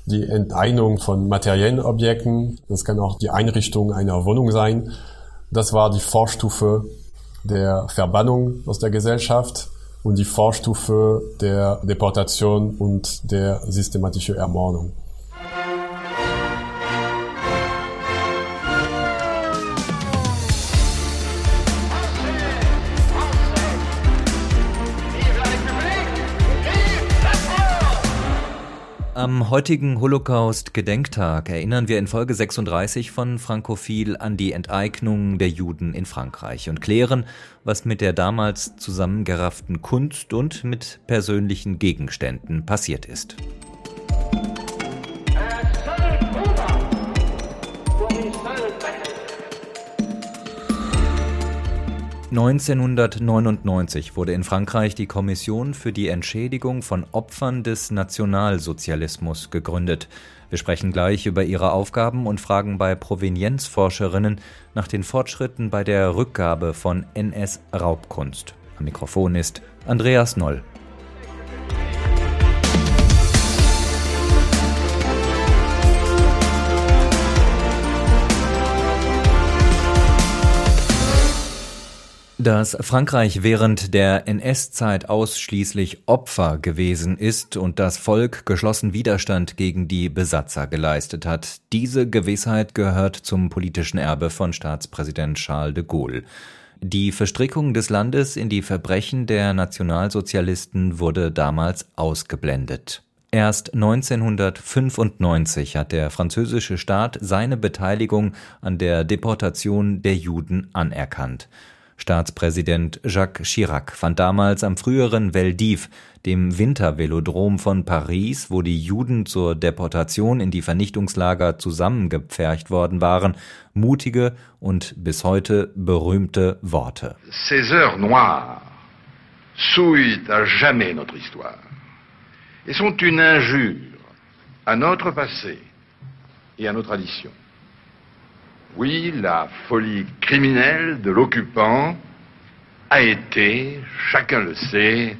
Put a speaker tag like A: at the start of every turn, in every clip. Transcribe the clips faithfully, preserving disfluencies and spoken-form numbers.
A: die Enteignung von materiellen Objekten. Das kann auch die Einrichtung einer Wohnung sein. Das war die Vorstufe der Verbannung aus der Gesellschaft und die Vorstufe der Deportation und der systematischen Ermordung.
B: Am heutigen Holocaust-Gedenktag erinnern wir in Folge sechsunddreißig von Frankophil an die Enteignung der Juden in Frankreich und klären, was mit der damals zusammengerafften Kunst und mit persönlichen Gegenständen passiert ist. neunzehnhundertneunundneunzig wurde in Frankreich die Kommission für die Entschädigung von Opfern des Nationalsozialismus gegründet. Wir sprechen gleich über ihre Aufgaben und fragen bei Provenienzforscherinnen nach den Fortschritten bei der Rückgabe von N S-Raubkunst. Am Mikrofon ist Andreas Noll. Dass Frankreich während der N S-Zeit ausschließlich Opfer gewesen ist und das Volk geschlossen Widerstand gegen die Besatzer geleistet hat, diese Gewissheit gehört zum politischen Erbe von Staatspräsident Charles de Gaulle. Die Verstrickung des Landes in die Verbrechen der Nationalsozialisten wurde damals ausgeblendet. Erst neunzehnhundertfünfundneunzig hat der französische Staat seine Beteiligung an der Deportation der Juden anerkannt. Staatspräsident Jacques Chirac fand damals am früheren Veldiv, dem Wintervelodrom von Paris, wo die Juden zur Deportation in die Vernichtungslager zusammengepfercht worden waren, mutige und bis heute berühmte Worte.
C: Ces heures noires souillent à jamais notre histoire et sont une injure à notre passé et à nos traditions. Oui, la folie criminelle de l'occupant a été, chacun le sait,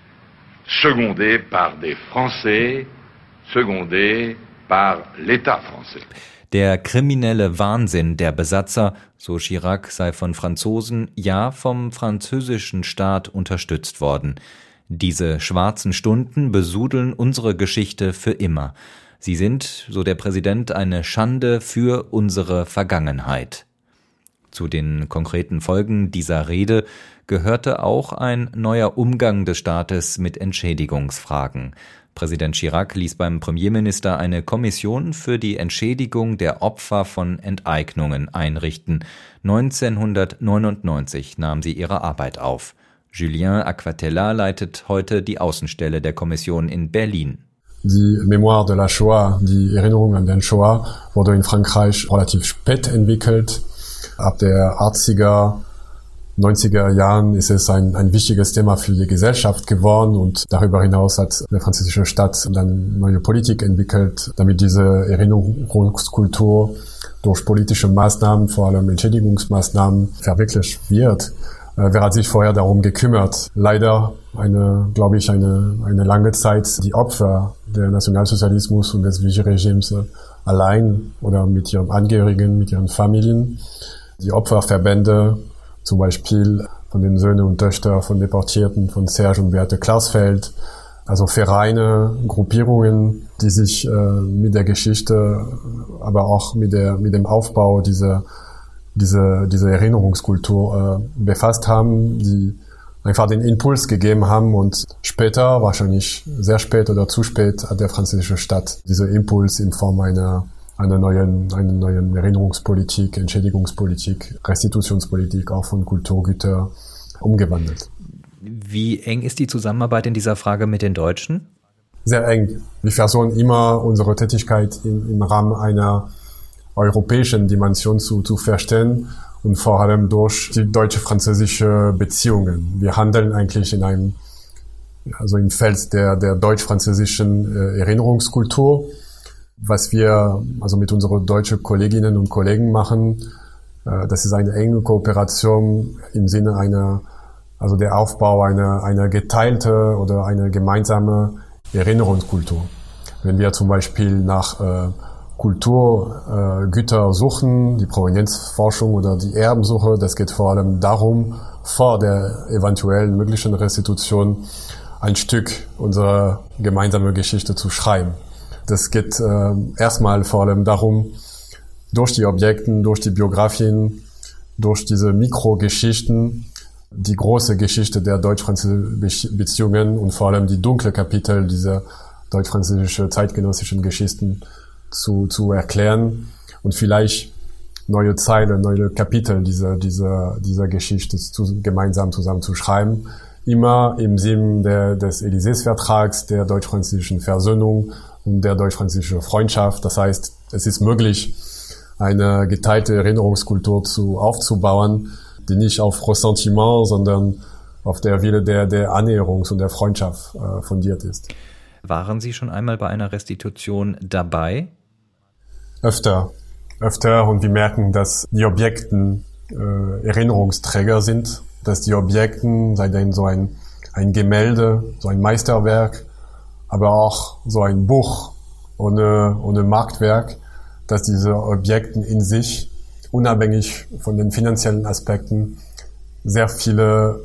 C: secondée par des Français, secondée par l'État français.
B: Der kriminelle Wahnsinn der Besatzer, so Chirac, sei von Franzosen, ja vom französischen Staat unterstützt worden. Diese schwarzen Stunden besudeln unsere Geschichte für immer. Sie sind, so der Präsident, eine Schande für unsere Vergangenheit. Zu den konkreten Folgen dieser Rede gehörte auch ein neuer Umgang des Staates mit Entschädigungsfragen. Präsident Chirac ließ beim Premierminister eine Kommission für die Entschädigung der Opfer von Enteignungen einrichten. neunzehnhundertneunundneunzig nahm sie ihre Arbeit auf. Julien Aquatella leitet heute die Außenstelle der Kommission in Berlin.
A: Die Mémoire de la Shoah, die Erinnerung an den Shoah, wurde in Frankreich relativ spät entwickelt. Ab der achtziger, neunziger Jahren ist es ein, ein wichtiges Thema für die Gesellschaft geworden und darüber hinaus hat der französische Staat dann neue Politik entwickelt, damit diese Erinnerungskultur durch politische Maßnahmen, vor allem Entschädigungsmaßnahmen, verwirklicht wird. Wer hat sich vorher darum gekümmert? Leider eine, glaube ich, eine, eine lange Zeit die Opfer der Nationalsozialismus und des Vichy-Regimes allein oder mit ihren Angehörigen, mit ihren Familien. Die Opferverbände, zum Beispiel von den Söhnen und Töchtern von Deportierten, von Serge und Beate Klarsfeld, also Vereine, Gruppierungen, die sich äh, mit der Geschichte, aber auch mit der, mit dem Aufbau dieser diese diese Erinnerungskultur äh, befasst haben, die einfach den Impuls gegeben haben und später, wahrscheinlich sehr spät oder zu spät, hat der französische Staat diese Impuls in Form einer einer neuen einer neuen Erinnerungspolitik, Entschädigungspolitik, Restitutionspolitik auch von Kulturgütern umgewandelt.
B: Wie eng ist die Zusammenarbeit in dieser Frage mit den Deutschen?
A: Sehr eng. Wir versuchen immer unsere Tätigkeit im, im Rahmen einer europäischen Dimension zu, zu verstehen und vor allem durch die deutsche-französische Beziehungen. Wir handeln eigentlich in einem, also im Feld der, der deutsch-französischen äh, Erinnerungskultur. Was wir also mit unseren deutschen Kolleginnen und Kollegen machen, äh, das ist eine enge Kooperation im Sinne einer, also der Aufbau einer, einer geteilte oder einer gemeinsame Erinnerungskultur. Wenn wir zum Beispiel nach äh, Kulturgüter äh, suchen, die Provenienzforschung oder die Erbensuche, das geht vor allem darum, vor der eventuellen möglichen Restitution ein Stück unserer gemeinsamen Geschichte zu schreiben. Das geht äh, erstmal vor allem darum, durch die Objekten, durch die Biografien, durch diese Mikrogeschichten, die große Geschichte der deutsch-französischen Beziehungen und vor allem die dunkle Kapitel dieser deutsch-französischen zeitgenössischen Geschichten zu, zu erklären und vielleicht neue Zeilen, neue Kapitel dieser, dieser, dieser Geschichte zu, gemeinsam zusammen zu schreiben. Immer im Sinne der, des Élysées-Vertrags, der deutsch-französischen Versöhnung und der deutsch-französischen Freundschaft. Das heißt, es ist möglich, eine geteilte Erinnerungskultur zu, aufzubauen, die nicht auf Ressentiment, sondern auf der Wille der, der Annäherungs- und der Freundschaft äh, fundiert ist.
B: Waren Sie schon einmal bei einer Restitution dabei?
A: Öfter. Öfter und wir merken, dass die Objekten äh, Erinnerungsträger sind, dass die Objekten, sei denn so ein, ein Gemälde, so ein Meisterwerk, aber auch so ein Buch ohne, ohne Marktwerk, dass diese Objekten in sich, unabhängig von den finanziellen Aspekten, sehr viele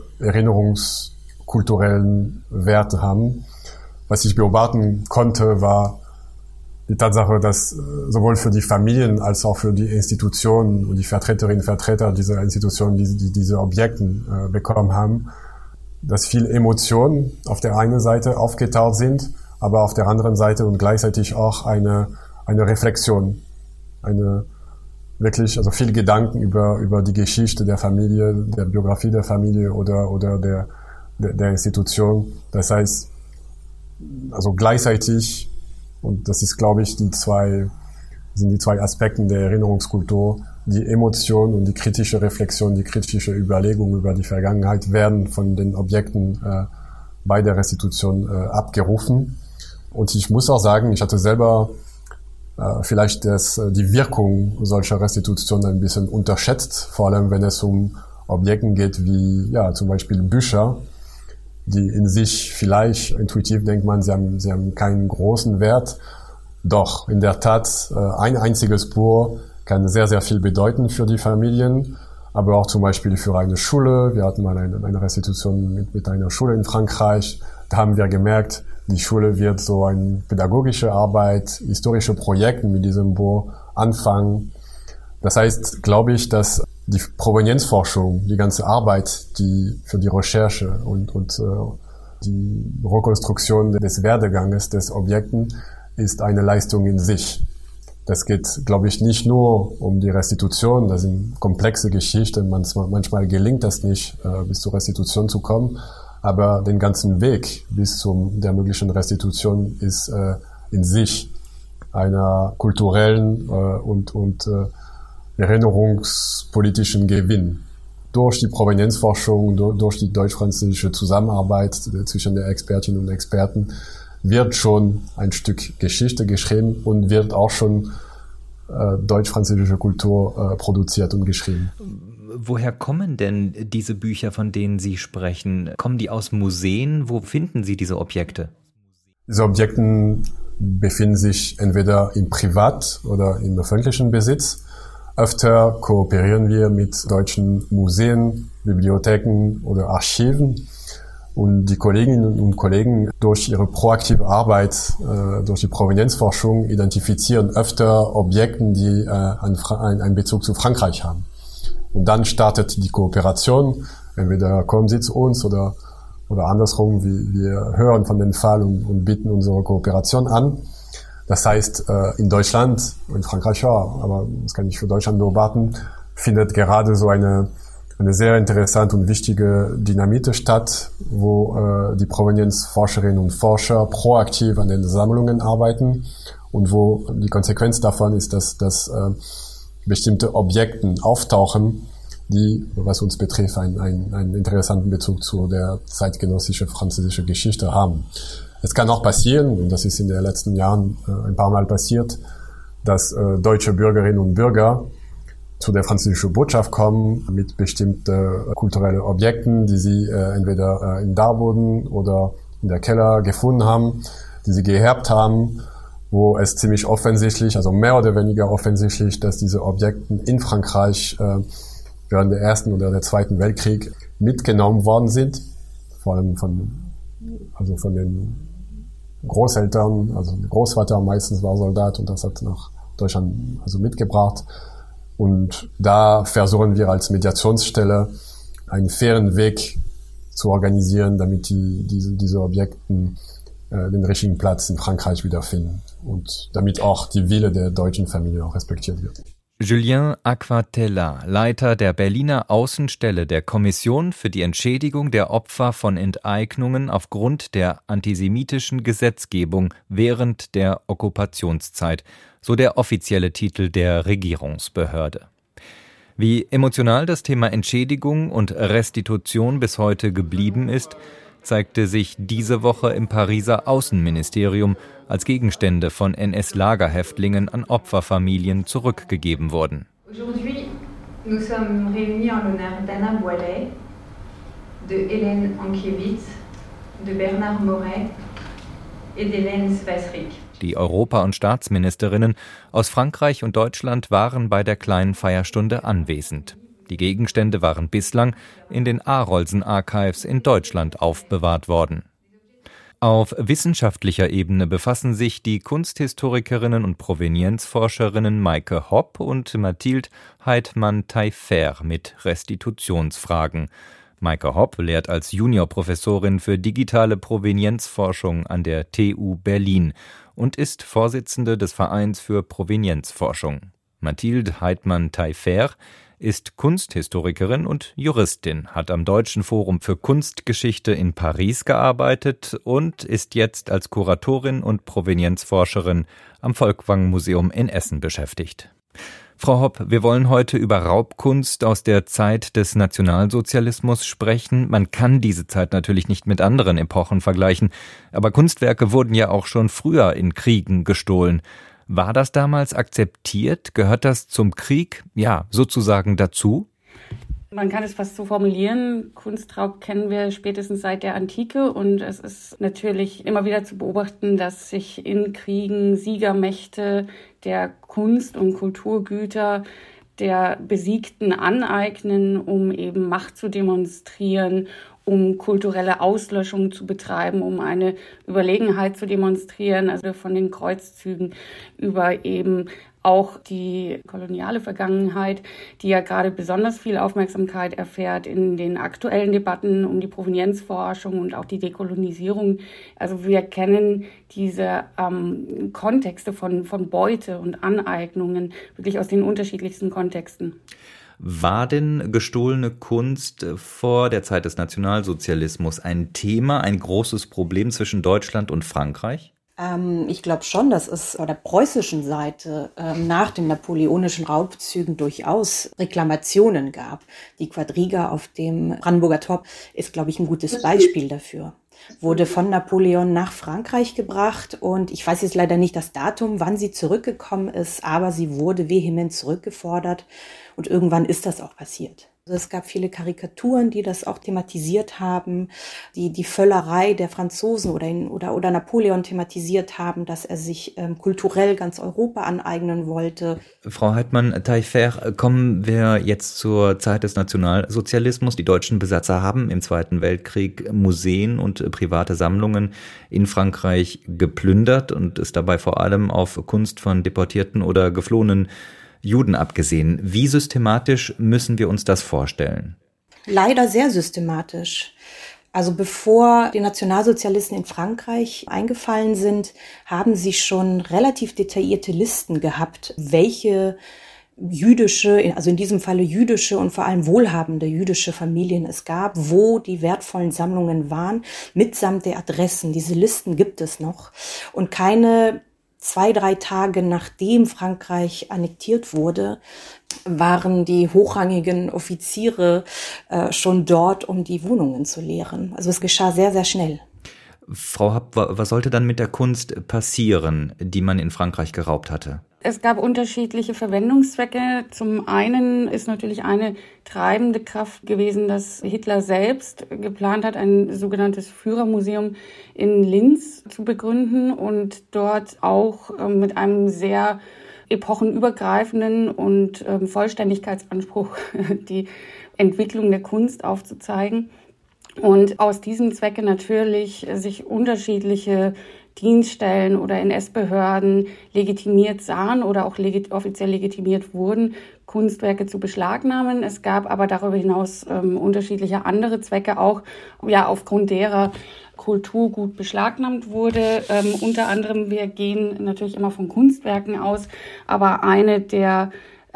A: erinnerungskulturellen Werte haben. Was ich beobachten konnte, war die Tatsache, dass sowohl für die Familien als auch für die Institutionen und die Vertreterinnen und Vertreter dieser Institutionen, die, die diese Objekten äh, bekommen haben, dass viel Emotionen auf der einen Seite aufgetaucht sind, aber auf der anderen Seite und gleichzeitig auch eine, eine Reflexion, eine wirklich, also viel Gedanken über, über die Geschichte der Familie, der Biografie der Familie oder, oder der, der, der Institution. Das heißt, also gleichzeitig, und das ist, glaube ich, die zwei, sind die zwei Aspekte der Erinnerungskultur, die Emotion und die kritische Reflexion, die kritische Überlegung über die Vergangenheit werden von den Objekten äh, bei der Restitution äh, abgerufen. Und ich muss auch sagen, ich hatte selber äh, vielleicht das, die Wirkung solcher Restitutionen ein bisschen unterschätzt, vor allem wenn es um Objekte geht wie ja zum Beispiel Bücher, die in sich vielleicht intuitiv denkt man, sie haben, sie haben keinen großen Wert. Doch, in der Tat, ein einziges Buch kann sehr, sehr viel bedeuten für die Familien, aber auch zum Beispiel für eine Schule. Wir hatten mal eine, eine Restitution mit, mit einer Schule in Frankreich. Da haben wir gemerkt, die Schule wird so eine pädagogische Arbeit, historische Projekte mit diesem Buch anfangen. Das heißt, glaube ich, dass die Provenienzforschung, die ganze Arbeit, die für die Recherche und, und äh, die Rekonstruktion des Werdeganges des Objekten ist eine Leistung in sich. Das geht, glaube ich, nicht nur um die Restitution, das sind komplexe Geschichten, manchmal, manchmal gelingt das nicht, äh, bis zur Restitution zu kommen, aber den ganzen Weg bis zum der möglichen Restitution ist äh, in sich einer kulturellen äh, und, und äh, erinnerungspolitischen Gewinn. Durch die Provenienzforschung, durch die deutsch-französische Zusammenarbeit zwischen den Expertinnen und Experten wird schon ein Stück Geschichte geschrieben und wird auch schon äh, deutsch-französische Kultur äh, produziert und geschrieben.
B: Woher kommen denn diese Bücher, von denen Sie sprechen? Kommen die aus Museen? Wo finden Sie diese Objekte?
A: Diese Objekte befinden sich entweder im Privat- oder im öffentlichen Besitz. Öfter kooperieren wir mit deutschen Museen, Bibliotheken oder Archiven. Und die Kolleginnen und Kollegen durch ihre proaktive Arbeit, äh, durch die Provenienzforschung identifizieren öfter Objekte, die äh, einen, einen Bezug zu Frankreich haben. Und dann startet die Kooperation. Entweder kommen sie zu uns oder, oder andersrum. Wir, wir hören von dem Fall und, und bieten unsere Kooperation an. Das heißt, in Deutschland, in Frankreich ja, aber das kann ich für Deutschland beobachten, findet gerade so eine, eine sehr interessante und wichtige Dynamite statt, wo äh, die Provenienzforscherinnen und Forscher proaktiv an den Sammlungen arbeiten und wo die Konsequenz davon ist, dass, dass äh, bestimmte Objekte auftauchen, die, was uns betrifft, einen, einen, einen interessanten Bezug zu der zeitgenössischen französischen Geschichte haben. Es kann auch passieren, und das ist in den letzten Jahren äh, ein paar Mal passiert, dass äh, deutsche Bürgerinnen und Bürger zu der französischen Botschaft kommen mit bestimmten äh, kulturellen Objekten, die sie äh, entweder äh, im Dachboden oder in der Keller gefunden haben, die sie geerbt haben wo es ziemlich offensichtlich, also mehr oder weniger offensichtlich, dass diese Objekte in Frankreich äh, während der Ersten oder der Zweiten Weltkrieg mitgenommen worden sind, vor allem von, also von den Großeltern, also der Großvater meistens war Soldat und das hat nach Deutschland also mitgebracht. Und da versuchen wir als Mediationsstelle einen fairen Weg zu organisieren, damit die, diese, diese Objekte äh, den richtigen Platz in Frankreich wiederfinden und damit auch die Wille der deutschen Familie auch respektiert wird.
B: Julien Aquatella, Leiter der Berliner Außenstelle der Kommission für die Entschädigung der Opfer von Enteignungen aufgrund der antisemitischen Gesetzgebung während der Okkupationszeit, so der offizielle Titel der Regierungsbehörde. Wie emotional das Thema Entschädigung und Restitution bis heute geblieben ist, zeigte sich diese Woche im Pariser Außenministerium, als Gegenstände von N S-Lagerhäftlingen an Opferfamilien zurückgegeben wurden.
D: Aujourd'hui, nous sommes réunis en l'honneur d'Anna Boilet, de Hélène Ankiewicz, de Bernard Moret et d'Hélène Svesrik.
B: Die Europa- und Staatsministerinnen aus Frankreich und Deutschland waren bei der kleinen Feierstunde anwesend. Die Gegenstände waren bislang in den Arolsen Archives in Deutschland aufbewahrt worden. Auf wissenschaftlicher Ebene befassen sich die Kunsthistorikerinnen und Provenienzforscherinnen Maike Hopp und Mathilde Heitmann-Taillefer mit Restitutionsfragen. Maike Hopp lehrt als Juniorprofessorin für digitale Provenienzforschung an der T U Berlin und ist Vorsitzende des Vereins für Provenienzforschung. Mathilde Heitmann-Taillefer ist Kunsthistorikerin und Juristin, hat am Deutschen Forum für Kunstgeschichte in Paris gearbeitet und ist jetzt als Kuratorin und Provenienzforscherin am Folkwang-Museum in Essen beschäftigt. Frau Hopp, wir wollen heute über Raubkunst aus der Zeit des Nationalsozialismus sprechen. Man kann diese Zeit natürlich nicht mit anderen Epochen vergleichen, aber Kunstwerke wurden ja auch schon früher in Kriegen gestohlen. War das damals akzeptiert? Gehört das zum Krieg, ja, sozusagen dazu?
E: Man kann es fast so formulieren, Kunstraub kennen wir spätestens seit der Antike und es ist natürlich immer wieder zu beobachten, dass sich in Kriegen Siegermächte der Kunst- und Kulturgüter der Besiegten aneignen, um eben Macht zu demonstrieren, um kulturelle Auslöschung zu betreiben, um eine Überlegenheit zu demonstrieren, also von den Kreuzzügen über eben auch die koloniale Vergangenheit, die ja gerade besonders viel Aufmerksamkeit erfährt in den aktuellen Debatten um die Provenienzforschung und auch die Dekolonisierung. Also wir kennen diese ähm, Kontexte von, von Beute und Aneignungen wirklich aus den unterschiedlichsten Kontexten.
B: War denn gestohlene Kunst vor der Zeit des Nationalsozialismus ein Thema, ein großes Problem zwischen Deutschland und Frankreich?
F: Ähm, ich glaube schon, dass es auf der preußischen Seite ähm, nach den napoleonischen Raubzügen durchaus Reklamationen gab. Die Quadriga auf dem Brandenburger Tor ist, glaube ich, ein gutes Beispiel dafür. Wurde von Napoleon nach Frankreich gebracht und ich weiß jetzt leider nicht das Datum, wann sie zurückgekommen ist, aber sie wurde vehement zurückgefordert und irgendwann ist das auch passiert. Also es gab viele Karikaturen, die das auch thematisiert haben, die die Völlerei der Franzosen oder, in, oder, oder Napoleon thematisiert haben, dass er sich ähm, kulturell ganz Europa aneignen wollte.
B: Frau Heitmann-Taillefer, kommen wir jetzt zur Zeit des Nationalsozialismus. Die deutschen Besatzer haben im Zweiten Weltkrieg Museen und private Sammlungen in Frankreich geplündert und ist dabei vor allem auf Kunst von deportierten oder geflohenen Juden abgesehen. Wie systematisch müssen wir uns das vorstellen?
F: Leider sehr systematisch. Also bevor die Nationalsozialisten in Frankreich eingefallen sind, haben sie schon relativ detaillierte Listen gehabt, welche jüdische, also in diesem Falle jüdische und vor allem wohlhabende jüdische Familien es gab, wo die wertvollen Sammlungen waren, mitsamt der Adressen. Diese Listen gibt es noch. Und keine Zwei, drei Tage nachdem Frankreich annektiert wurde, waren die hochrangigen Offiziere äh, schon dort, um die Wohnungen zu leeren. Also es geschah sehr, sehr schnell.
B: Frau Happ, was sollte dann mit der Kunst passieren, die man in Frankreich geraubt hatte?
E: Es gab unterschiedliche Verwendungszwecke. Zum einen ist natürlich eine treibende Kraft gewesen, dass Hitler selbst geplant hat, ein sogenanntes Führermuseum in Linz zu begründen und dort auch mit einem sehr epochenübergreifenden und Vollständigkeitsanspruch die Entwicklung der Kunst aufzuzeigen. Und aus diesem Zwecke natürlich sich unterschiedliche Dienststellen oder N S-Behörden legitimiert sahen oder auch legit- offiziell legitimiert wurden, Kunstwerke zu beschlagnahmen. Es gab aber darüber hinaus ähm, unterschiedliche andere Zwecke auch, ja, aufgrund derer Kulturgut beschlagnahmt wurde. Ähm, unter anderem, wir gehen natürlich immer von Kunstwerken aus, aber eine der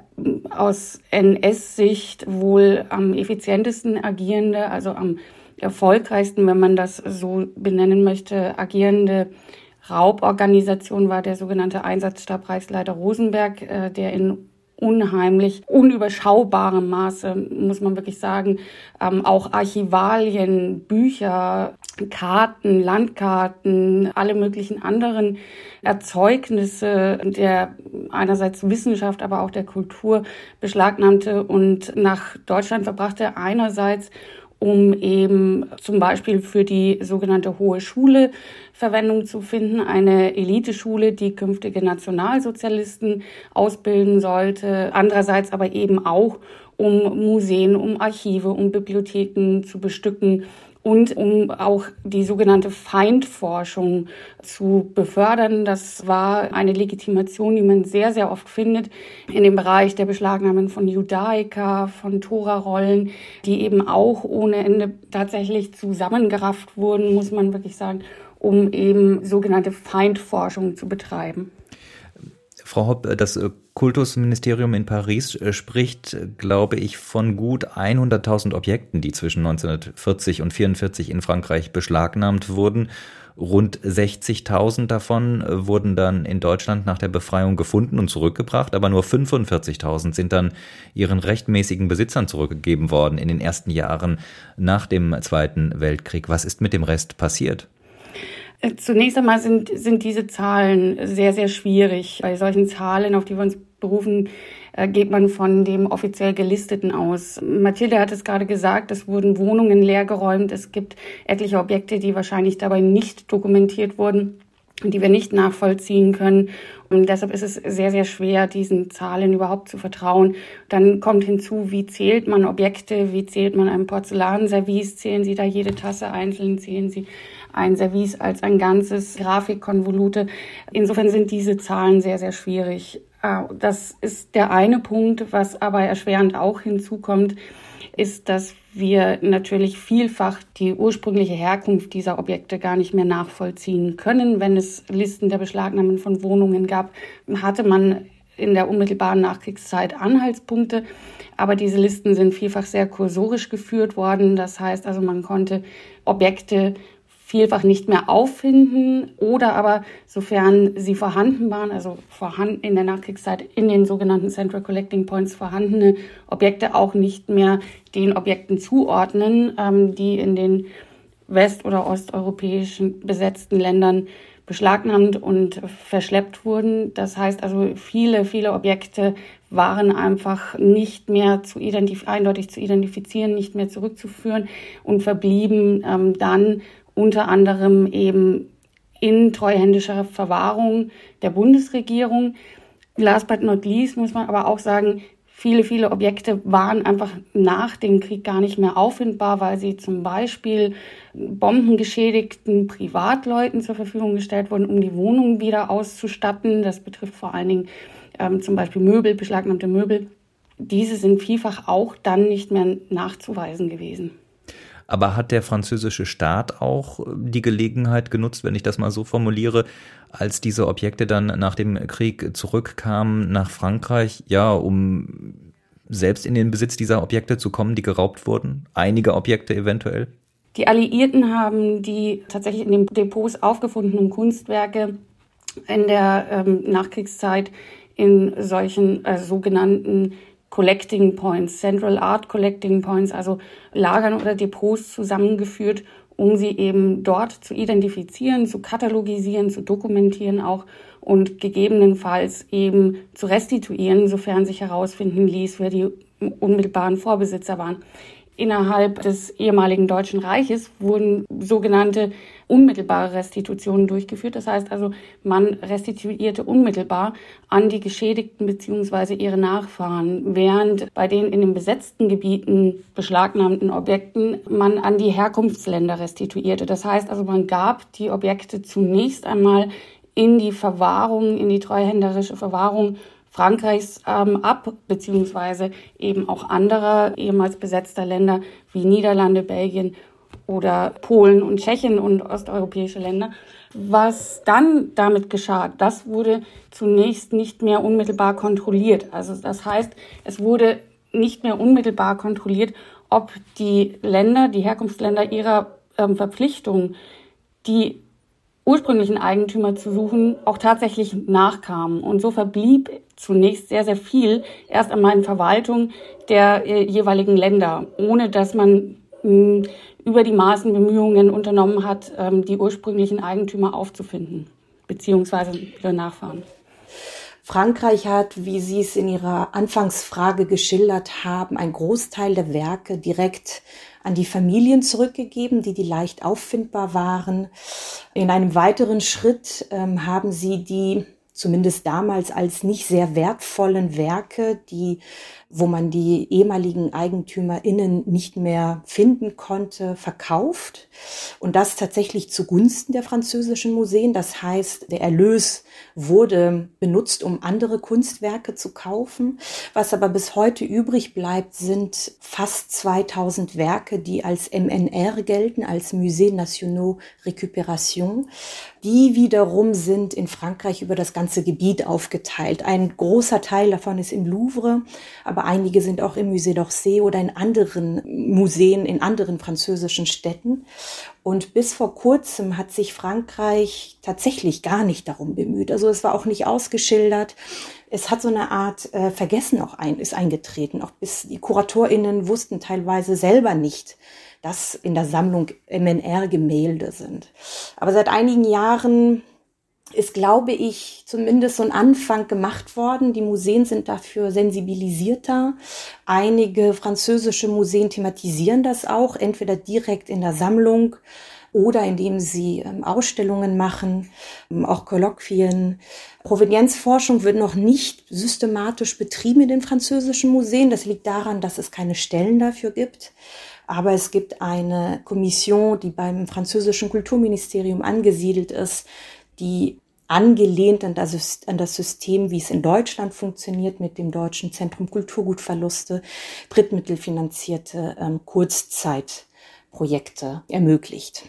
E: aus N S-Sicht wohl am effizientesten agierende, also am erfolgreichsten, wenn man das so benennen möchte, agierende Rauborganisation war der sogenannte Einsatzstab Reichsleiter Rosenberg, äh, der in unheimlich unüberschaubarem Maße, muss man wirklich sagen, ähm, auch Archivalien, Bücher, Karten, Landkarten, alle möglichen anderen Erzeugnisse der einerseits Wissenschaft, aber auch der Kultur beschlagnahmte und nach Deutschland verbrachte, einerseits um eben zum Beispiel für die sogenannte Hohe Schule Verwendung zu finden, eine Eliteschule, die künftige Nationalsozialisten ausbilden sollte. Andererseits aber eben auch, um Museen, um Archive, um Bibliotheken zu bestücken und um auch die sogenannte Feindforschung zu befördern. Das war eine Legitimation, die man sehr, sehr oft findet in dem Bereich der Beschlagnahmen von Judaica, von Torarollen, die eben auch ohne Ende tatsächlich zusammengerafft wurden, muss man wirklich sagen, um eben sogenannte Feindforschung zu betreiben.
B: Frau Hopp, das Kultusministerium in Paris spricht, glaube ich, von gut hunderttausend Objekten, die zwischen neunzehnhundertvierzig und vierundvierzig in Frankreich beschlagnahmt wurden. Rund sechzigtausend davon wurden dann in Deutschland nach der Befreiung gefunden und zurückgebracht, aber nur fünfundvierzigtausend sind dann ihren rechtmäßigen Besitzern zurückgegeben worden in den ersten Jahren nach dem Zweiten Weltkrieg. Was ist mit dem Rest passiert?
E: Zunächst einmal sind, sind diese Zahlen sehr, sehr schwierig. Bei solchen Zahlen, auf die wir uns berufen, äh, geht man von dem offiziell Gelisteten aus. Mathilde hat es gerade gesagt, es wurden Wohnungen leergeräumt. Es gibt etliche Objekte, die wahrscheinlich dabei nicht dokumentiert wurden, die wir nicht nachvollziehen können. Und deshalb ist es sehr, sehr schwer, diesen Zahlen überhaupt zu vertrauen. Dann kommt hinzu, wie zählt man Objekte, wie zählt man ein Porzellanservice, zählen Sie da jede Tasse einzeln, zählen Sie ein Service als ein ganzes, Grafikkonvolute. Insofern sind diese Zahlen sehr, sehr schwierig. Das ist der eine Punkt, was aber erschwerend auch hinzukommt, ist, dass wir natürlich vielfach die ursprüngliche Herkunft dieser Objekte gar nicht mehr nachvollziehen können. Wenn es Listen der Beschlagnahmen von Wohnungen gab, hatte man in der unmittelbaren Nachkriegszeit Anhaltspunkte, aber diese Listen sind vielfach sehr kursorisch geführt worden. Das heißt also, man konnte Objekte vielfach nicht mehr auffinden oder aber, sofern sie vorhanden waren, also vorhanden in der Nachkriegszeit in den sogenannten Central Collecting Points vorhandene Objekte auch nicht mehr den Objekten zuordnen, ähm, die in den west- oder osteuropäischen besetzten Ländern beschlagnahmt und verschleppt wurden. Das heißt also, viele, viele Objekte waren einfach nicht mehr zu identif- eindeutig zu identifizieren, nicht mehr zurückzuführen und verblieben ähm, dann unter anderem eben in treuhändischer Verwahrung der Bundesregierung. Last but not least muss man aber auch sagen, viele, viele Objekte waren einfach nach dem Krieg gar nicht mehr auffindbar, weil sie zum Beispiel bombengeschädigten Privatleuten zur Verfügung gestellt wurden, um die Wohnungen wieder auszustatten. Das betrifft vor allen Dingen ähm, zum Beispiel Möbel, beschlagnahmte Möbel. Diese sind vielfach auch dann nicht mehr nachzuweisen gewesen.
B: Aber hat der französische Staat auch die Gelegenheit genutzt, wenn ich das mal so formuliere, als diese Objekte dann nach dem Krieg zurückkamen nach Frankreich, ja, um selbst in den Besitz dieser Objekte zu kommen, die geraubt wurden? Einige Objekte eventuell?
E: Die Alliierten haben die tatsächlich in den Depots aufgefundenen Kunstwerke in der ähm, Nachkriegszeit in solchen äh, sogenannten Collecting Points, Central Art Collecting Points, also Lagern oder Depots zusammengeführt, um sie eben dort zu identifizieren, zu katalogisieren, zu dokumentieren auch und gegebenenfalls eben zu restituieren, sofern sich herausfinden ließ, wer die unmittelbaren Vorbesitzer waren. Innerhalb des ehemaligen Deutschen Reiches wurden sogenannte unmittelbare Restitutionen durchgeführt. Das heißt also, man restituierte unmittelbar an die Geschädigten bzw. ihre Nachfahren, während bei den in den besetzten Gebieten beschlagnahmten Objekten man an die Herkunftsländer restituierte. Das heißt also, man gab die Objekte zunächst einmal in die Verwahrung, in die treuhänderische Verwahrung Frankreichs ähm, ab, beziehungsweise eben auch anderer ehemals besetzter Länder wie Niederlande, Belgien oder Polen und Tschechien und osteuropäische Länder. Was dann damit geschah, das wurde zunächst nicht mehr unmittelbar kontrolliert. Also das heißt, es wurde nicht mehr unmittelbar kontrolliert, ob die Länder, die Herkunftsländer ihrer ähm, Verpflichtung, die ursprünglichen Eigentümer zu suchen, auch tatsächlich nachkamen. Und so verblieb zunächst sehr, sehr viel erst einmal in Verwaltung der äh, jeweiligen Länder, ohne dass man mh, über die Maßen Bemühungen unternommen hat, ähm, die ursprünglichen Eigentümer aufzufinden, beziehungsweise ihre Nachfahren.
F: Frankreich hat, wie Sie es in Ihrer Anfangsfrage geschildert haben, einen Großteil der Werke direkt an die Familien zurückgegeben, die die leicht auffindbar waren. In einem weiteren Schritt ähm, haben sie die, zumindest damals als nicht sehr wertvollen Werke, die, wo man die ehemaligen EigentümerInnen nicht mehr finden konnte, verkauft. Und das tatsächlich zugunsten der französischen Museen. Das heißt, der Erlös wurde benutzt, um andere Kunstwerke zu kaufen. Was aber bis heute übrig bleibt, sind fast zweitausend Werke, die als M N R gelten, als Musées Nationaux Récupération. Die wiederum sind in Frankreich über das ganze Gebiet aufgeteilt. Ein großer Teil davon ist im Louvre, aber einige sind auch im Musée d'Orsay oder in anderen Museen, in anderen französischen Städten. Und bis vor kurzem hat sich Frankreich tatsächlich gar nicht darum bemüht. Also es war auch nicht ausgeschildert. Es hat so eine Art äh, Vergessen auch ein, ist eingetreten. Auch bis die KuratorInnen wussten teilweise selber nicht, dass in der Sammlung M N R-Gemälde sind. Aber seit einigen Jahren ist, glaube ich, zumindest so ein Anfang gemacht worden. Die Museen sind dafür sensibilisierter. Einige französische Museen thematisieren das auch, entweder direkt in der Sammlung oder indem sie ähm, Ausstellungen machen, ähm, auch Kolloquien. Provenienzforschung wird noch nicht systematisch betrieben in den französischen Museen. Das liegt daran, dass es keine Stellen dafür gibt. Aber es gibt eine Kommission, die beim französischen Kulturministerium angesiedelt ist, die angelehnt an das, an das System, wie es in Deutschland funktioniert, mit dem Deutschen Zentrum Kulturgutverluste, drittmittelfinanzierte ähm, Kurzzeitprojekte ermöglicht.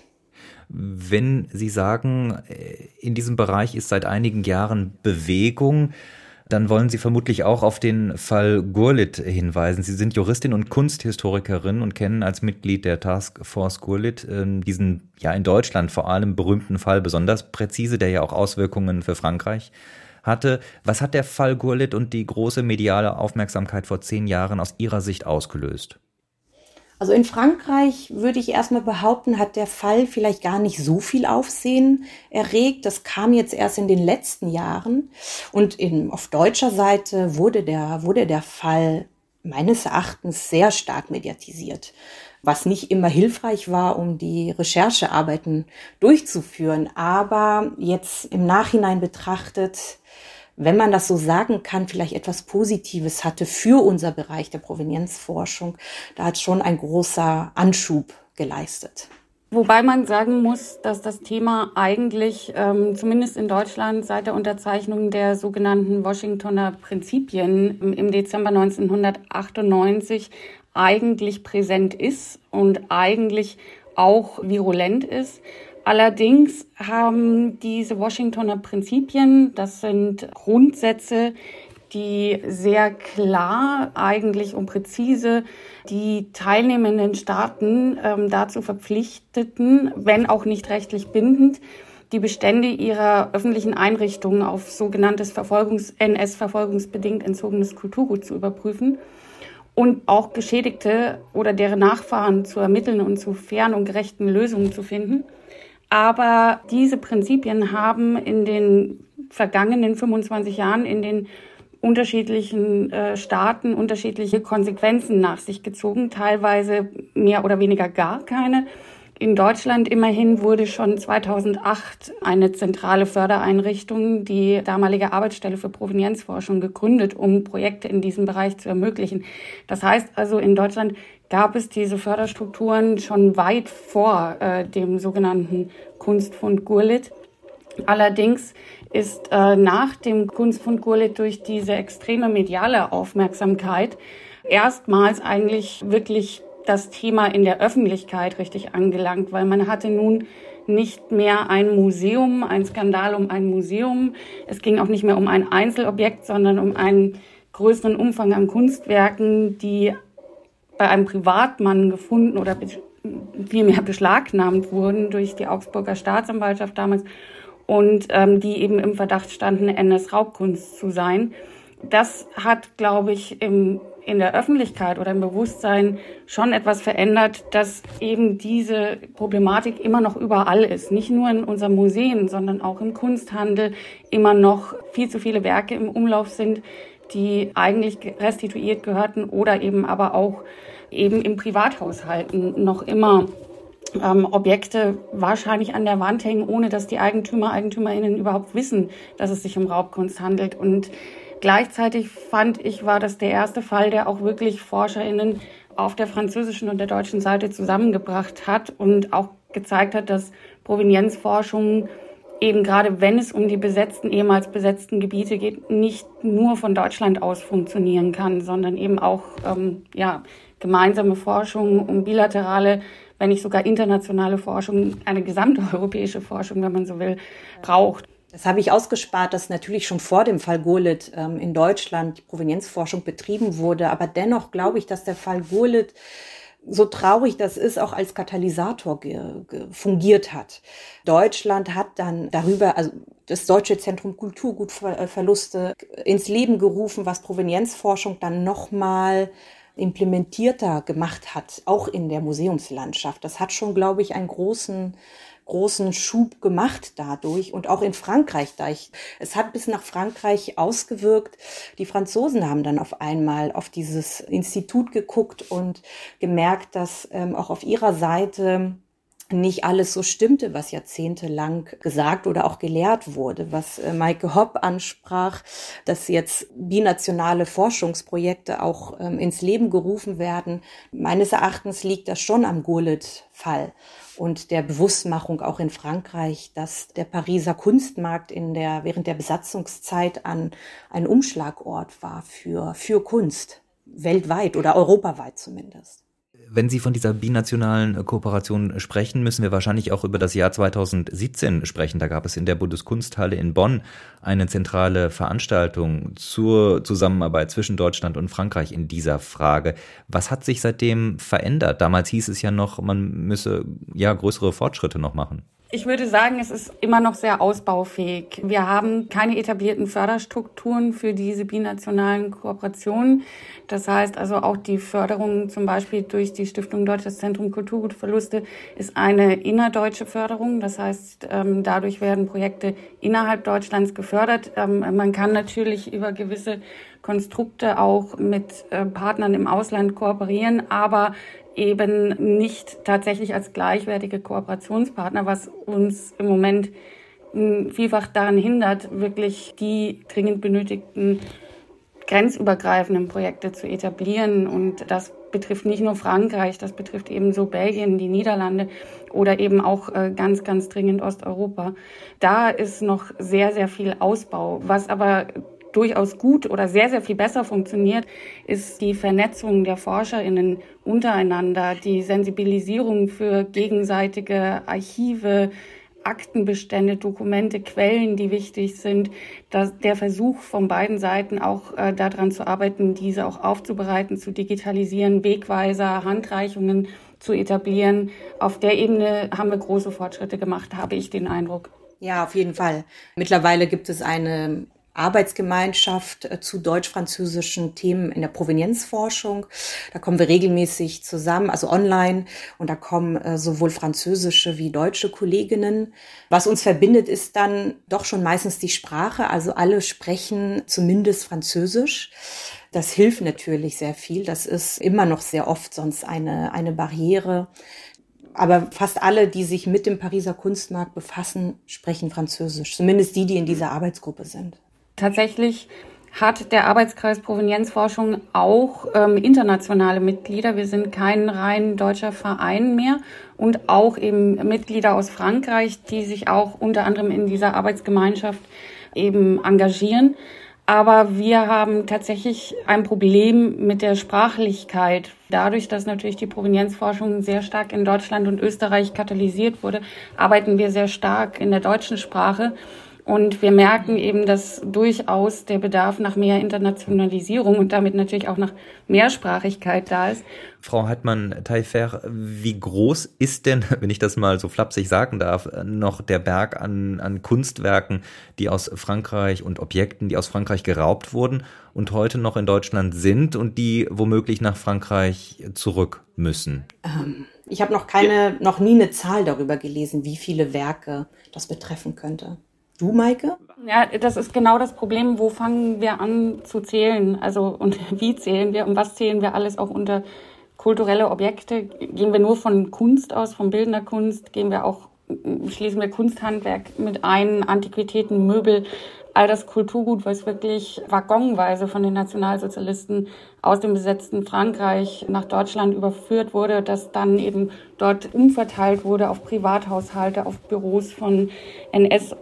B: Wenn Sie sagen, in diesem Bereich ist seit einigen Jahren Bewegung, dann wollen Sie vermutlich auch auf den Fall Gurlitt hinweisen. Sie sind Juristin und Kunsthistorikerin und kennen als Mitglied der Taskforce Gurlitt äh, diesen ja in Deutschland vor allem berühmten Fall besonders präzise, der ja auch Auswirkungen für Frankreich hatte. Was hat der Fall Gurlitt und die große mediale Aufmerksamkeit vor zehn Jahren aus Ihrer Sicht ausgelöst?
F: Also in Frankreich würde ich erstmal behaupten, hat der Fall vielleicht gar nicht so viel Aufsehen erregt. Das kam jetzt erst in den letzten Jahren. Und in, auf deutscher Seite wurde der, wurde der Fall meines Erachtens sehr stark mediatisiert, was nicht immer hilfreich war, um die Recherchearbeiten durchzuführen. Aber jetzt im Nachhinein betrachtet, wenn man das so sagen kann, vielleicht etwas Positives hatte für unser Bereich der Provenienzforschung. Da hat schon ein großer Anschub geleistet.
E: Wobei man sagen muss, dass das Thema eigentlich, ähm, zumindest in Deutschland, seit der Unterzeichnung der sogenannten Washingtoner Prinzipien im, im Dezember neunzehnhundertachtundneunzig eigentlich präsent ist und eigentlich auch virulent ist. Allerdings haben diese Washingtoner Prinzipien, das sind Grundsätze, die sehr klar eigentlich und präzise die teilnehmenden Staaten ähm, dazu verpflichteten, wenn auch nicht rechtlich bindend, die Bestände ihrer öffentlichen Einrichtungen auf sogenanntes Verfolgungs-N S-verfolgungsbedingt entzogenes Kulturgut zu überprüfen. und auch Geschädigte oder deren Nachfahren zu ermitteln und zu fairen und gerechten Lösungen zu finden. Aber diese Prinzipien haben in den vergangenen fünfundzwanzig Jahren in den unterschiedlichen äh, Staaten unterschiedliche Konsequenzen nach sich gezogen, teilweise mehr oder weniger gar keine. In Deutschland immerhin wurde schon zweitausendacht eine zentrale Fördereinrichtung, die damalige Arbeitsstelle für Provenienzforschung, gegründet, um Projekte in diesem Bereich zu ermöglichen. Das heißt also, in Deutschland gab es diese Förderstrukturen schon weit vor äh, dem sogenannten Kunstfund Gurlitt. Allerdings ist äh, nach dem Kunstfund Gurlitt durch diese extreme mediale Aufmerksamkeit erstmals eigentlich wirklich das Thema in der Öffentlichkeit richtig angelangt, weil man hatte nun nicht mehr ein Museum, ein Skandal um ein Museum. Es ging auch nicht mehr um ein Einzelobjekt, sondern um einen größeren Umfang an Kunstwerken, die bei einem Privatmann gefunden oder vielmehr beschlagnahmt wurden durch die Augsburger Staatsanwaltschaft damals und ähm, die eben im Verdacht standen, N S-Raubkunst zu sein. Das hat, glaube ich, im in der Öffentlichkeit oder im Bewusstsein schon etwas verändert, dass eben diese Problematik immer noch überall ist. Nicht nur in unseren Museen, sondern auch im Kunsthandel immer noch viel zu viele Werke im Umlauf sind, die eigentlich restituiert gehörten oder eben aber auch eben im Privathaushalten noch immer ähm, Objekte wahrscheinlich an der Wand hängen, ohne dass die Eigentümer, EigentümerInnen überhaupt wissen, dass es sich um Raubkunst handelt. Und gleichzeitig fand ich, war das der erste Fall, der auch wirklich ForscherInnen auf der französischen und der deutschen Seite zusammengebracht hat und auch gezeigt hat, dass Provenienzforschung eben gerade, wenn es um die besetzten, ehemals besetzten Gebiete geht, nicht nur von Deutschland aus funktionieren kann, sondern eben auch ähm, ja, gemeinsame Forschung, um bilaterale, wenn nicht sogar internationale Forschung, eine gesamteuropäische Forschung, wenn man so will, braucht.
F: Das habe ich ausgespart, dass natürlich schon vor dem Fall Gurlitt ähm, in Deutschland die Provenienzforschung betrieben wurde. Aber dennoch glaube ich, dass der Fall Gurlitt, so traurig das ist, auch als Katalysator ge- ge- fungiert hat. Deutschland hat dann darüber, also das Deutsche Zentrum Kulturgutverluste ins Leben gerufen, was Provenienzforschung dann nochmal implementierter gemacht hat, auch in der Museumslandschaft. Das hat schon, glaube ich, einen großen großen Schub gemacht dadurch und auch in Frankreich. Da ich, es hat bis nach Frankreich ausgewirkt. Die Franzosen haben dann auf einmal auf dieses Institut geguckt und gemerkt, dass ähm, auch auf ihrer Seite nicht alles so stimmte, was jahrzehntelang gesagt oder auch gelehrt wurde, was äh, Maike Hopp ansprach, dass jetzt binationale Forschungsprojekte auch ähm, ins Leben gerufen werden. Meines Erachtens liegt das schon am Gurlitt-Fall und der Bewusstmachung auch in Frankreich, dass der Pariser Kunstmarkt in der, während der Besatzungszeit an ein Umschlagort war für, für Kunst, weltweit oder europaweit zumindest.
B: Wenn Sie von dieser binationalen Kooperation sprechen, müssen wir wahrscheinlich auch über das Jahr zweitausendsiebzehn sprechen. Da gab es in der Bundeskunsthalle in Bonn eine zentrale Veranstaltung zur Zusammenarbeit zwischen Deutschland und Frankreich in dieser Frage. Was hat sich seitdem verändert? Damals hieß es ja noch, man müsse ja größere Fortschritte noch machen.
E: Ich würde sagen, es ist immer noch sehr ausbaufähig. Wir haben keine etablierten Förderstrukturen für diese binationalen Kooperationen. Das heißt also auch die Förderung zum Beispiel durch die Stiftung Deutsches Zentrum Kulturgutverluste ist eine innerdeutsche Förderung. Das heißt, dadurch werden Projekte innerhalb Deutschlands gefördert. Man kann natürlich über gewisse Konstrukte auch mit Partnern im Ausland kooperieren, aber eben nicht tatsächlich als gleichwertige Kooperationspartner, was uns im Moment vielfach daran hindert, wirklich die dringend benötigten grenzübergreifenden Projekte zu etablieren. Und das betrifft nicht nur Frankreich, das betrifft ebenso Belgien, die Niederlande oder eben auch ganz, ganz dringend Osteuropa. Da ist noch sehr, sehr viel Ausbau, was aber durchaus gut oder sehr, sehr viel besser funktioniert, ist die Vernetzung der ForscherInnen untereinander, die Sensibilisierung für gegenseitige Archive, Aktenbestände, Dokumente, Quellen, die wichtig sind, dass der Versuch von beiden Seiten auch äh, daran zu arbeiten, diese auch aufzubereiten, zu digitalisieren, Wegweiser, Handreichungen zu etablieren. Auf der Ebene haben wir große Fortschritte gemacht, habe ich den Eindruck.
F: Ja, auf jeden Fall. Mittlerweile gibt es eine Arbeitsgemeinschaft zu deutsch-französischen Themen in der Provenienzforschung. Da kommen wir regelmäßig zusammen, also online, und da kommen äh, sowohl französische wie deutsche Kolleginnen. Was uns verbindet, ist dann doch schon meistens die Sprache, also alle sprechen zumindest Französisch. Das hilft natürlich sehr viel. Das ist immer noch sehr oft sonst eine, eine Barriere. Aber fast alle, die sich mit dem Pariser Kunstmarkt befassen, sprechen Französisch. Zumindest die, die in dieser Arbeitsgruppe sind.
E: Tatsächlich hat der Arbeitskreis Provenienzforschung auch ähm, internationale Mitglieder. Wir sind kein rein deutscher Verein mehr und auch eben Mitglieder aus Frankreich, die sich auch unter anderem in dieser Arbeitsgemeinschaft eben engagieren. Aber wir haben tatsächlich ein Problem mit der Sprachlichkeit. Dadurch, dass natürlich die Provenienzforschung sehr stark in Deutschland und Österreich katalysiert wurde, arbeiten wir sehr stark in der deutschen Sprache. Und wir merken eben, dass durchaus der Bedarf nach mehr Internationalisierung und damit natürlich auch nach Mehrsprachigkeit da ist.
B: Frau Heitmann-Taillefer, wie groß ist denn, wenn ich das mal so flapsig sagen darf, noch der Berg an, an Kunstwerken, die aus Frankreich und Objekten, die aus Frankreich geraubt wurden und heute noch in Deutschland sind und die womöglich nach Frankreich zurück müssen?
F: Ähm, ich habe noch keine, noch nie eine Zahl darüber gelesen, wie viele Werke das betreffen könnte. Du, Maike?
E: Ja, das ist genau das Problem. Wo fangen wir an zu zählen? Also, und wie zählen wir und was zählen wir alles auch unter kulturelle Objekte? Gehen wir nur von Kunst aus, von bildender Kunst? Gehen wir auch, schließen wir Kunsthandwerk mit ein, Antiquitäten, Möbel, all das Kulturgut, was wirklich waggonweise von den Nationalsozialisten aus dem besetzten Frankreich nach Deutschland überführt wurde, das dann eben dort umverteilt wurde auf Privathaushalte, auf Büros von N S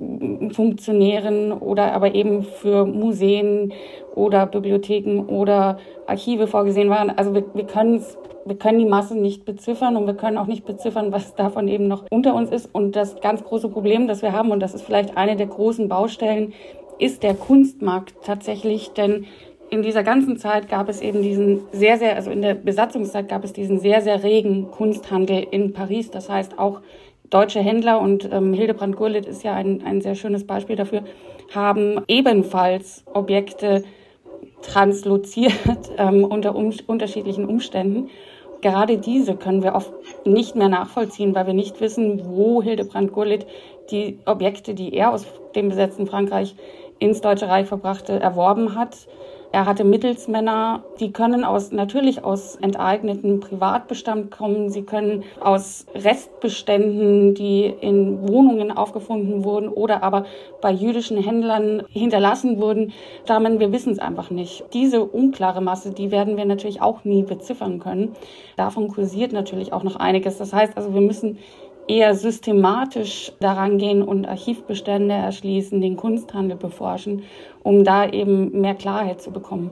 E: Funktionären oder aber eben für Museen oder Bibliotheken oder Archive vorgesehen waren. Also wir, wir können wir können die Masse nicht beziffern und wir können auch nicht beziffern, was davon eben noch unter uns ist. Und das ganz große Problem, das wir haben, und das ist vielleicht eine der großen Baustellen, ist der Kunstmarkt tatsächlich, denn in dieser ganzen Zeit gab es eben diesen sehr, sehr, also in der Besatzungszeit gab es diesen sehr, sehr regen Kunsthandel in Paris. Das heißt auch deutsche Händler, und ähm, Hildebrand Gurlitt ist ja ein, ein sehr schönes Beispiel dafür, haben ebenfalls Objekte transloziert ähm, unter um, unterschiedlichen Umständen. Gerade diese können wir oft nicht mehr nachvollziehen, weil wir nicht wissen, wo Hildebrand Gurlitt die Objekte, die er aus dem besetzten Frankreich ins Deutsche Reich verbrachte, erworben hat. Er hatte Mittelsmänner, die können aus, natürlich aus enteigneten Privatbestand kommen. Sie können aus Restbeständen, die in Wohnungen aufgefunden wurden oder aber bei jüdischen Händlern hinterlassen wurden, stammen. Wir wissen es einfach nicht. Diese unklare Masse, die werden wir natürlich auch nie beziffern können. Davon kursiert natürlich auch noch einiges. Das heißt also, wir müssen eher systematisch daran gehen und Archivbestände erschließen, den Kunsthandel beforschen, um da eben mehr Klarheit zu bekommen.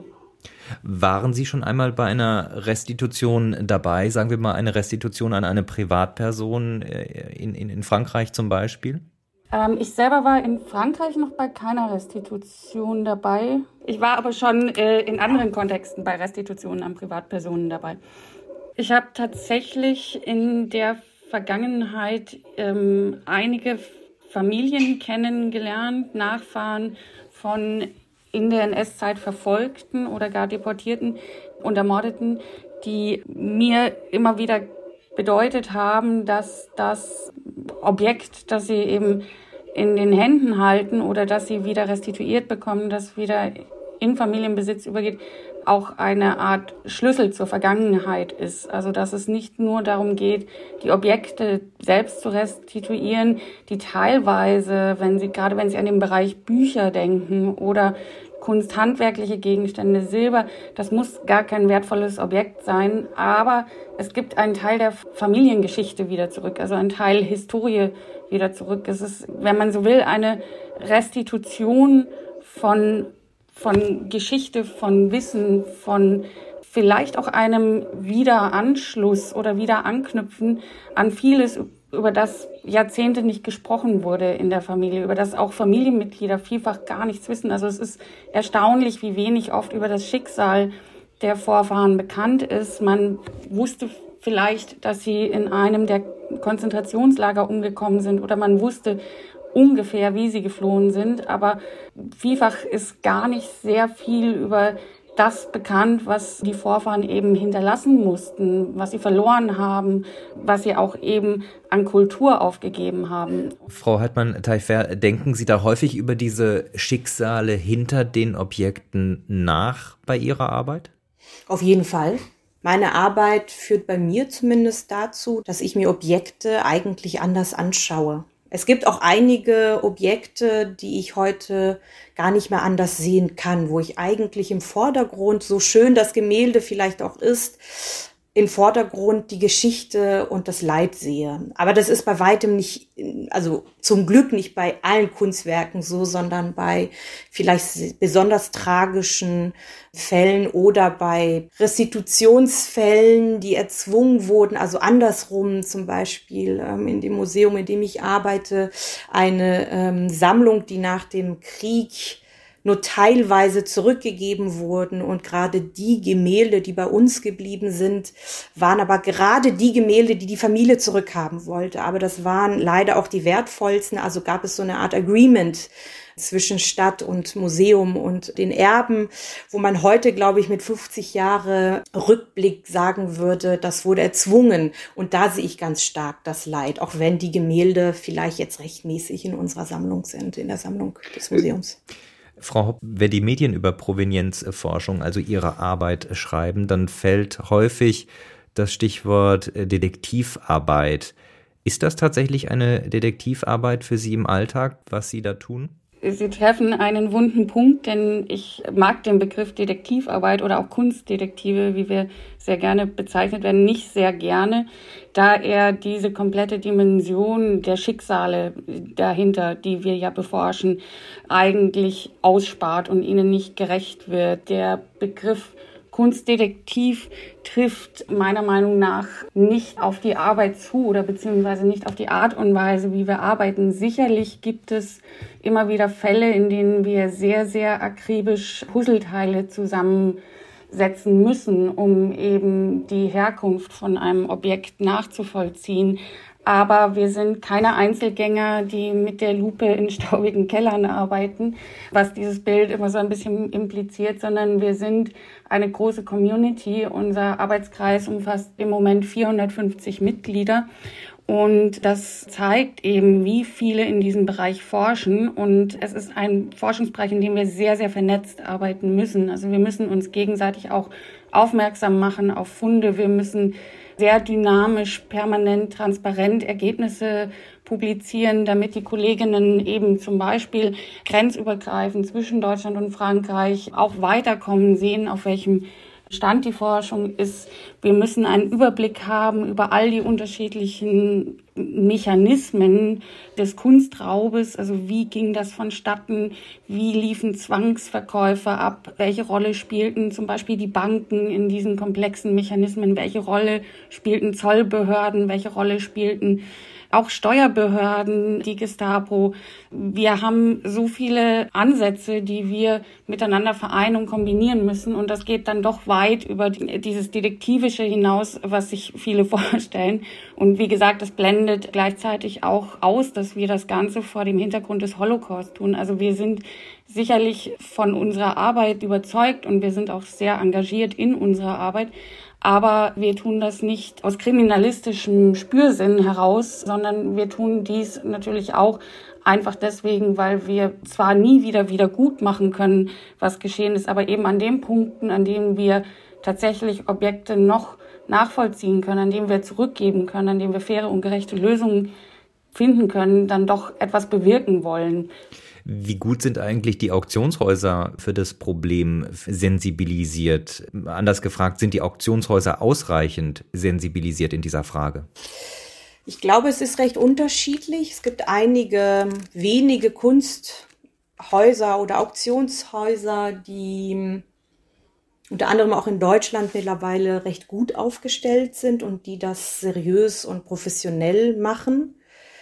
B: Waren Sie schon einmal bei einer Restitution dabei, sagen wir mal eine Restitution an eine Privatperson in, in, in Frankreich zum Beispiel?
E: Ähm, ich selber war in Frankreich noch bei keiner Restitution dabei. Ich war aber schon äh, in anderen Kontexten bei Restitutionen an Privatpersonen dabei. Ich habe tatsächlich in der Vergangenheit ähm, einige Familien kennengelernt, Nachfahren von in der N S-Zeit Verfolgten oder gar Deportierten und Ermordeten, die mir immer wieder bedeutet haben, dass das Objekt, das sie eben in den Händen halten oder das sie wieder restituiert bekommen, das wieder in Familienbesitz übergeht, auch eine Art Schlüssel zur Vergangenheit ist. Also dass es nicht nur darum geht, die Objekte selbst zu restituieren, die teilweise, wenn sie gerade wenn sie an den Bereich Bücher denken oder kunsthandwerkliche Gegenstände, Silber, das muss gar kein wertvolles Objekt sein, aber es gibt einen Teil der Familiengeschichte wieder zurück, also einen Teil Historie wieder zurück. Es ist, wenn man so will, eine Restitution von von Geschichte, von Wissen, von vielleicht auch einem Wiederanschluss oder Wiederanknüpfen an vieles, über das Jahrzehnte nicht gesprochen wurde in der Familie, über das auch Familienmitglieder vielfach gar nichts wissen. Also es ist erstaunlich, wie wenig oft über das Schicksal der Vorfahren bekannt ist. Man wusste vielleicht, dass sie in einem der Konzentrationslager umgekommen sind, oder man wusste ungefähr, wie sie geflohen sind. Aber vielfach ist gar nicht sehr viel über das bekannt, was die Vorfahren eben hinterlassen mussten, was sie verloren haben, was sie auch eben an Kultur aufgegeben haben.
B: Frau Hartmann-Taillefer, denken Sie da häufig über diese Schicksale hinter den Objekten nach bei Ihrer Arbeit?
F: Auf jeden Fall. Meine Arbeit führt bei mir zumindest dazu, dass ich mir Objekte eigentlich anders anschaue. Es gibt auch einige Objekte, die ich heute gar nicht mehr anders sehen kann, wo ich eigentlich im Vordergrund, so schön das Gemälde vielleicht auch ist, im Vordergrund die Geschichte und das Leid sehe. Aber das ist bei weitem nicht, also zum Glück nicht bei allen Kunstwerken so, sondern bei vielleicht besonders tragischen Fällen oder bei Restitutionsfällen, die erzwungen wurden, also andersrum, zum Beispiel ähm, in dem Museum, in dem ich arbeite, eine ähm, Sammlung, die nach dem Krieg nur teilweise zurückgegeben wurden, und gerade die Gemälde, die bei uns geblieben sind, waren aber gerade die Gemälde, die die Familie zurückhaben wollte. Aber das waren leider auch die wertvollsten, also gab es so eine Art Agreement zwischen Stadt und Museum und den Erben, wo man heute, glaube ich, mit fünfzig Jahre Rückblick sagen würde, das wurde erzwungen. Und da sehe ich ganz stark das Leid, auch wenn die Gemälde vielleicht jetzt rechtmäßig in unserer Sammlung sind, in der Sammlung des Museums.
B: Frau Hopp, wenn die Medien über Provenienzforschung, also ihre Arbeit schreiben, dann fällt häufig das Stichwort Detektivarbeit. Ist das tatsächlich eine Detektivarbeit für Sie im Alltag, was Sie da tun?
E: Sie treffen einen wunden Punkt, denn ich mag den Begriff Detektivarbeit oder auch Kunstdetektive, wie wir sehr gerne bezeichnet werden, nicht sehr gerne, da er diese komplette Dimension der Schicksale dahinter, die wir ja beforschen, eigentlich ausspart und ihnen nicht gerecht wird. Der Begriff Kunstdetektiv trifft meiner Meinung nach nicht auf die Arbeit zu oder beziehungsweise nicht auf die Art und Weise, wie wir arbeiten. Sicherlich gibt es immer wieder Fälle, in denen wir sehr, sehr akribisch Puzzleteile zusammensetzen müssen, um eben die Herkunft von einem Objekt nachzuvollziehen. Aber wir sind keine Einzelgänger, die mit der Lupe in staubigen Kellern arbeiten, was dieses Bild immer so ein bisschen impliziert, sondern wir sind eine große Community. Unser Arbeitskreis umfasst im Moment vierhundertfünfzig Mitglieder. Und das zeigt eben, wie viele in diesem Bereich forschen. Und es ist ein Forschungsbereich, in dem wir sehr, sehr vernetzt arbeiten müssen. Also wir müssen uns gegenseitig auch aufmerksam machen auf Funde. Wir müssen sehr dynamisch, permanent, transparent Ergebnisse publizieren, damit die Kolleginnen eben zum Beispiel grenzübergreifend zwischen Deutschland und Frankreich auch weiterkommen, sehen, auf welchem Stand die Forschung ist. Wir müssen einen Überblick haben über all die unterschiedlichen Mechanismen des Kunstraubes. Also wie ging das vonstatten? Wie liefen Zwangsverkäufe ab? Welche Rolle spielten zum Beispiel die Banken in diesen komplexen Mechanismen? Welche Rolle spielten Zollbehörden? Welche Rolle spielten auch Steuerbehörden, die Gestapo? Wir haben so viele Ansätze, die wir miteinander vereinen und kombinieren müssen. Und das geht dann doch weit über dieses Detektivische hinaus, was sich viele vorstellen. Und wie gesagt, das blendet gleichzeitig auch aus, dass wir das Ganze vor dem Hintergrund des Holocaust tun. Also wir sind sicherlich von unserer Arbeit überzeugt und wir sind auch sehr engagiert in unserer Arbeit. Aber wir tun das nicht aus kriminalistischem Spürsinn heraus, sondern wir tun dies natürlich auch einfach deswegen, weil wir zwar nie wieder wieder gut machen können, was geschehen ist, aber eben an den Punkten, an denen wir tatsächlich Objekte noch nachvollziehen können, an denen wir zurückgeben können, an denen wir faire und gerechte Lösungen finden können, dann doch etwas bewirken wollen.
B: Wie gut sind eigentlich die Auktionshäuser für das Problem sensibilisiert? Anders gefragt, sind die Auktionshäuser ausreichend sensibilisiert in dieser Frage?
F: Ich glaube, es ist recht unterschiedlich. Es gibt einige wenige Kunsthäuser oder Auktionshäuser, die unter anderem auch in Deutschland mittlerweile recht gut aufgestellt sind und die das seriös und professionell machen.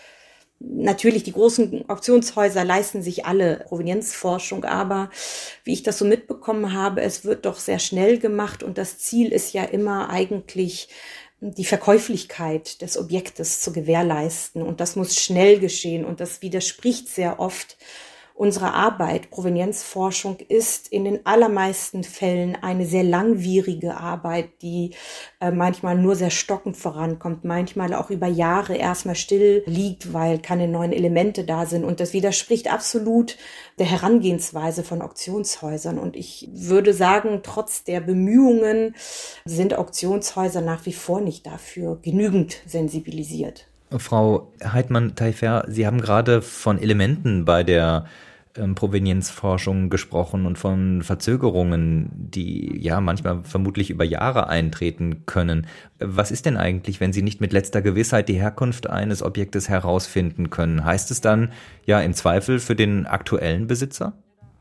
F: Natürlich, die großen Auktionshäuser leisten sich alle Provenienzforschung, aber wie ich das so mitbekommen habe, es wird doch sehr schnell gemacht und das Ziel ist ja immer eigentlich, die Verkäuflichkeit des Objektes zu gewährleisten. Und das muss schnell geschehen. Und das widerspricht sehr oft unserer Arbeit. Provenienzforschung ist in den allermeisten Fällen eine sehr langwierige Arbeit, die äh, manchmal nur sehr stockend vorankommt, manchmal auch über Jahre erstmal still liegt, weil keine neuen Elemente da sind. Und das widerspricht absolut der Herangehensweise von Auktionshäusern. Und ich würde sagen, trotz der Bemühungen sind Auktionshäuser nach wie vor nicht dafür genügend sensibilisiert.
B: Frau Heitmann-Taillefer, Sie haben gerade von Elementen bei der ähm, Provenienzforschung gesprochen und von Verzögerungen, die ja manchmal vermutlich über Jahre eintreten können. Was ist denn eigentlich, wenn Sie nicht mit letzter Gewissheit die Herkunft eines Objektes herausfinden können? Heißt es dann ja im Zweifel für den aktuellen Besitzer?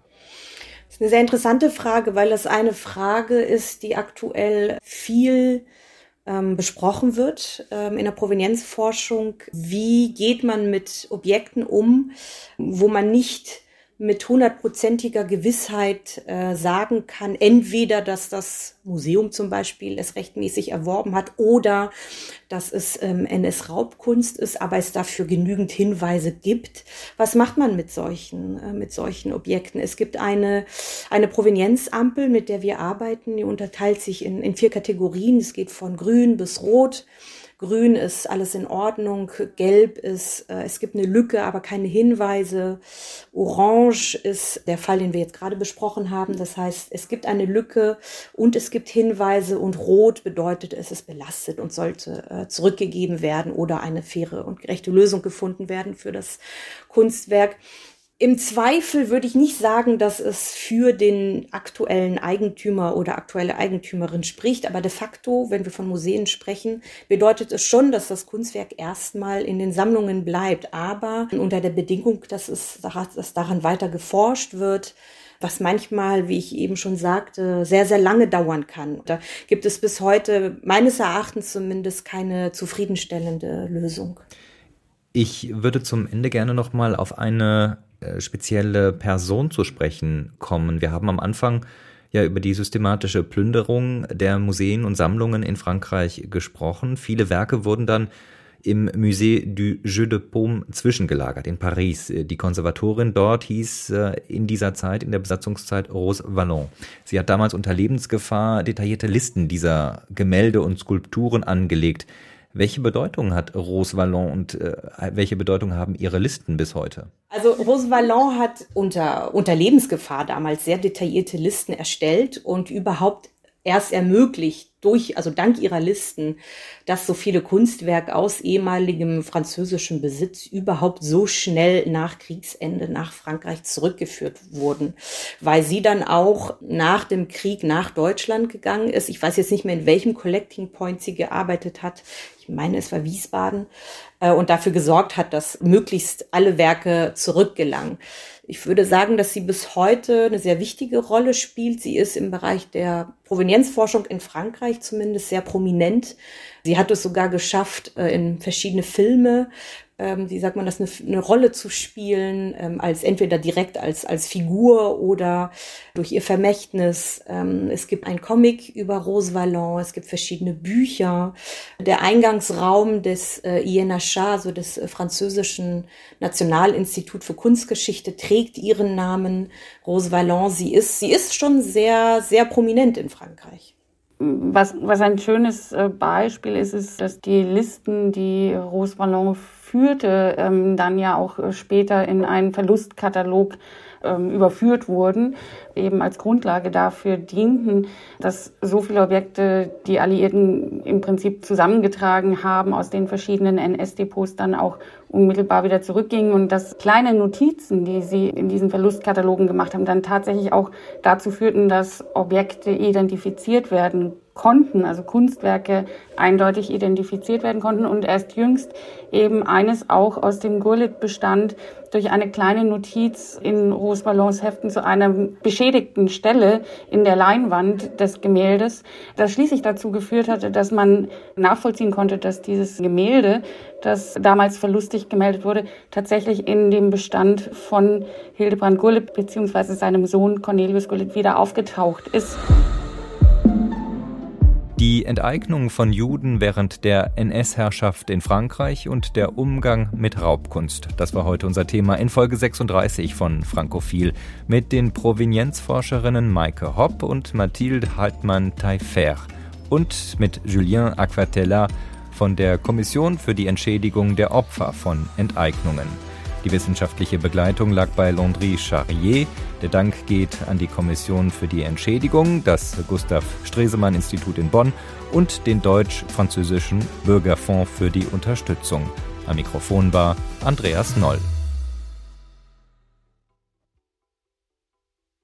F: Das ist eine sehr interessante Frage, weil das eine Frage ist, die aktuell viel besprochen wird in der Provenienzforschung. Wie geht man mit Objekten um, wo man nicht mit hundertprozentiger Gewissheit äh, sagen kann, entweder, dass das Museum zum Beispiel es rechtmäßig erworben hat oder dass es ähm, N S-Raubkunst ist, aber es dafür genügend Hinweise gibt. Was macht man mit solchen, äh, mit solchen Objekten? Es gibt eine, eine Provenienzampel, mit der wir arbeiten. Die unterteilt sich in, in vier Kategorien. Es geht von grün bis rot. Grün ist alles in Ordnung, gelb ist, äh, es gibt eine Lücke, aber keine Hinweise. Orange ist der Fall, den wir jetzt gerade besprochen haben. Das heißt, es gibt eine Lücke und es gibt Hinweise, und rot bedeutet, es ist belastet und sollte äh, zurückgegeben werden oder eine faire und gerechte Lösung gefunden werden für das Kunstwerk. Im Zweifel würde ich nicht sagen, dass es für den aktuellen Eigentümer oder aktuelle Eigentümerin spricht, aber de facto, wenn wir von Museen sprechen, bedeutet es schon, dass das Kunstwerk erstmal in den Sammlungen bleibt, aber unter der Bedingung, dass es dass daran weiter geforscht wird, was manchmal, wie ich eben schon sagte, sehr, sehr lange dauern kann. Da gibt es bis heute meines Erachtens zumindest keine zufriedenstellende Lösung.
B: Ich würde zum Ende gerne noch mal auf eine spezielle Person zu sprechen kommen. Wir haben am Anfang ja über die systematische Plünderung der Museen und Sammlungen in Frankreich gesprochen. Viele Werke wurden dann im Musée du Jeu de Paume zwischengelagert in Paris. Die Konservatorin dort hieß in dieser Zeit, in der Besatzungszeit, Rose Vallon. Sie hat damals unter Lebensgefahr detaillierte Listen dieser Gemälde und Skulpturen angelegt. Welche Bedeutung hat Rose Vallon und äh, welche Bedeutung haben ihre Listen bis heute?
F: Also Rose Vallon hat unter, unter Lebensgefahr damals sehr detaillierte Listen erstellt und überhaupt erst ermöglicht, durch, also dank ihrer Listen, dass so viele Kunstwerke aus ehemaligem französischem Besitz überhaupt so schnell nach Kriegsende nach Frankreich zurückgeführt wurden, weil sie dann auch nach dem Krieg nach Deutschland gegangen ist. Ich weiß jetzt nicht mehr, in welchem Collecting Point sie gearbeitet hat. Ich meine, es war Wiesbaden, und dafür gesorgt hat, dass möglichst alle Werke zurückgelangen. Ich würde sagen, dass sie bis heute eine sehr wichtige Rolle spielt. Sie ist im Bereich der Provenienzforschung in Frankreich zumindest sehr prominent. Sie hat es sogar geschafft, in verschiedene Filme, wie sagt man das, eine, eine Rolle zu spielen, als entweder direkt als, als Figur oder durch ihr Vermächtnis. Es gibt ein Comic über Rose Vallon, es gibt verschiedene Bücher. Der Eingangsraum des I N H, also des französischen Nationalinstitut für Kunstgeschichte, trägt ihren Namen. Rose Vallon, sie ist, sie ist schon sehr, sehr prominent in Frankreich.
E: Was, was ein schönes Beispiel ist, ist, dass die Listen, die Rose Vallon führte, ähm, dann ja auch später in einen Verlustkatalog ähm, überführt wurden, eben als Grundlage dafür dienten, dass so viele Objekte die Alliierten im Prinzip zusammengetragen haben, aus den verschiedenen N S-Depots dann auch unmittelbar wieder zurückgingen und dass kleine Notizen, die sie in diesen Verlustkatalogen gemacht haben, dann tatsächlich auch dazu führten, dass Objekte identifiziert werden konnten, also Kunstwerke eindeutig identifiziert werden konnten und erst jüngst eben eines auch aus dem Gurlitt-Bestand durch eine kleine Notiz in Rose Vallons Heften zu einer beschädigten Stelle in der Leinwand des Gemäldes, das schließlich dazu geführt hatte, dass man nachvollziehen konnte, dass dieses Gemälde, das damals verlustig gemeldet wurde, tatsächlich in dem Bestand von Hildebrand Gurlitt bzw. seinem Sohn Cornelius Gurlitt wieder aufgetaucht ist.
B: Die Enteignung von Juden während der N S-Herrschaft in Frankreich und der Umgang mit Raubkunst. Das war heute unser Thema in Folge sechsunddreißig von Frankophil mit den Provenienzforscherinnen Maike Hopp und Mathilde Haltmann-Taillefer und mit Julien Aquatella von der Kommission für die Entschädigung der Opfer von Enteignungen. Die wissenschaftliche Begleitung lag bei Landry Charrier. Der Dank geht an die Kommission für die Entschädigung, das Gustav Stresemann Institut in Bonn und den deutsch-französischen Bürgerfonds für die Unterstützung. Am Mikrofon war Andreas Noll.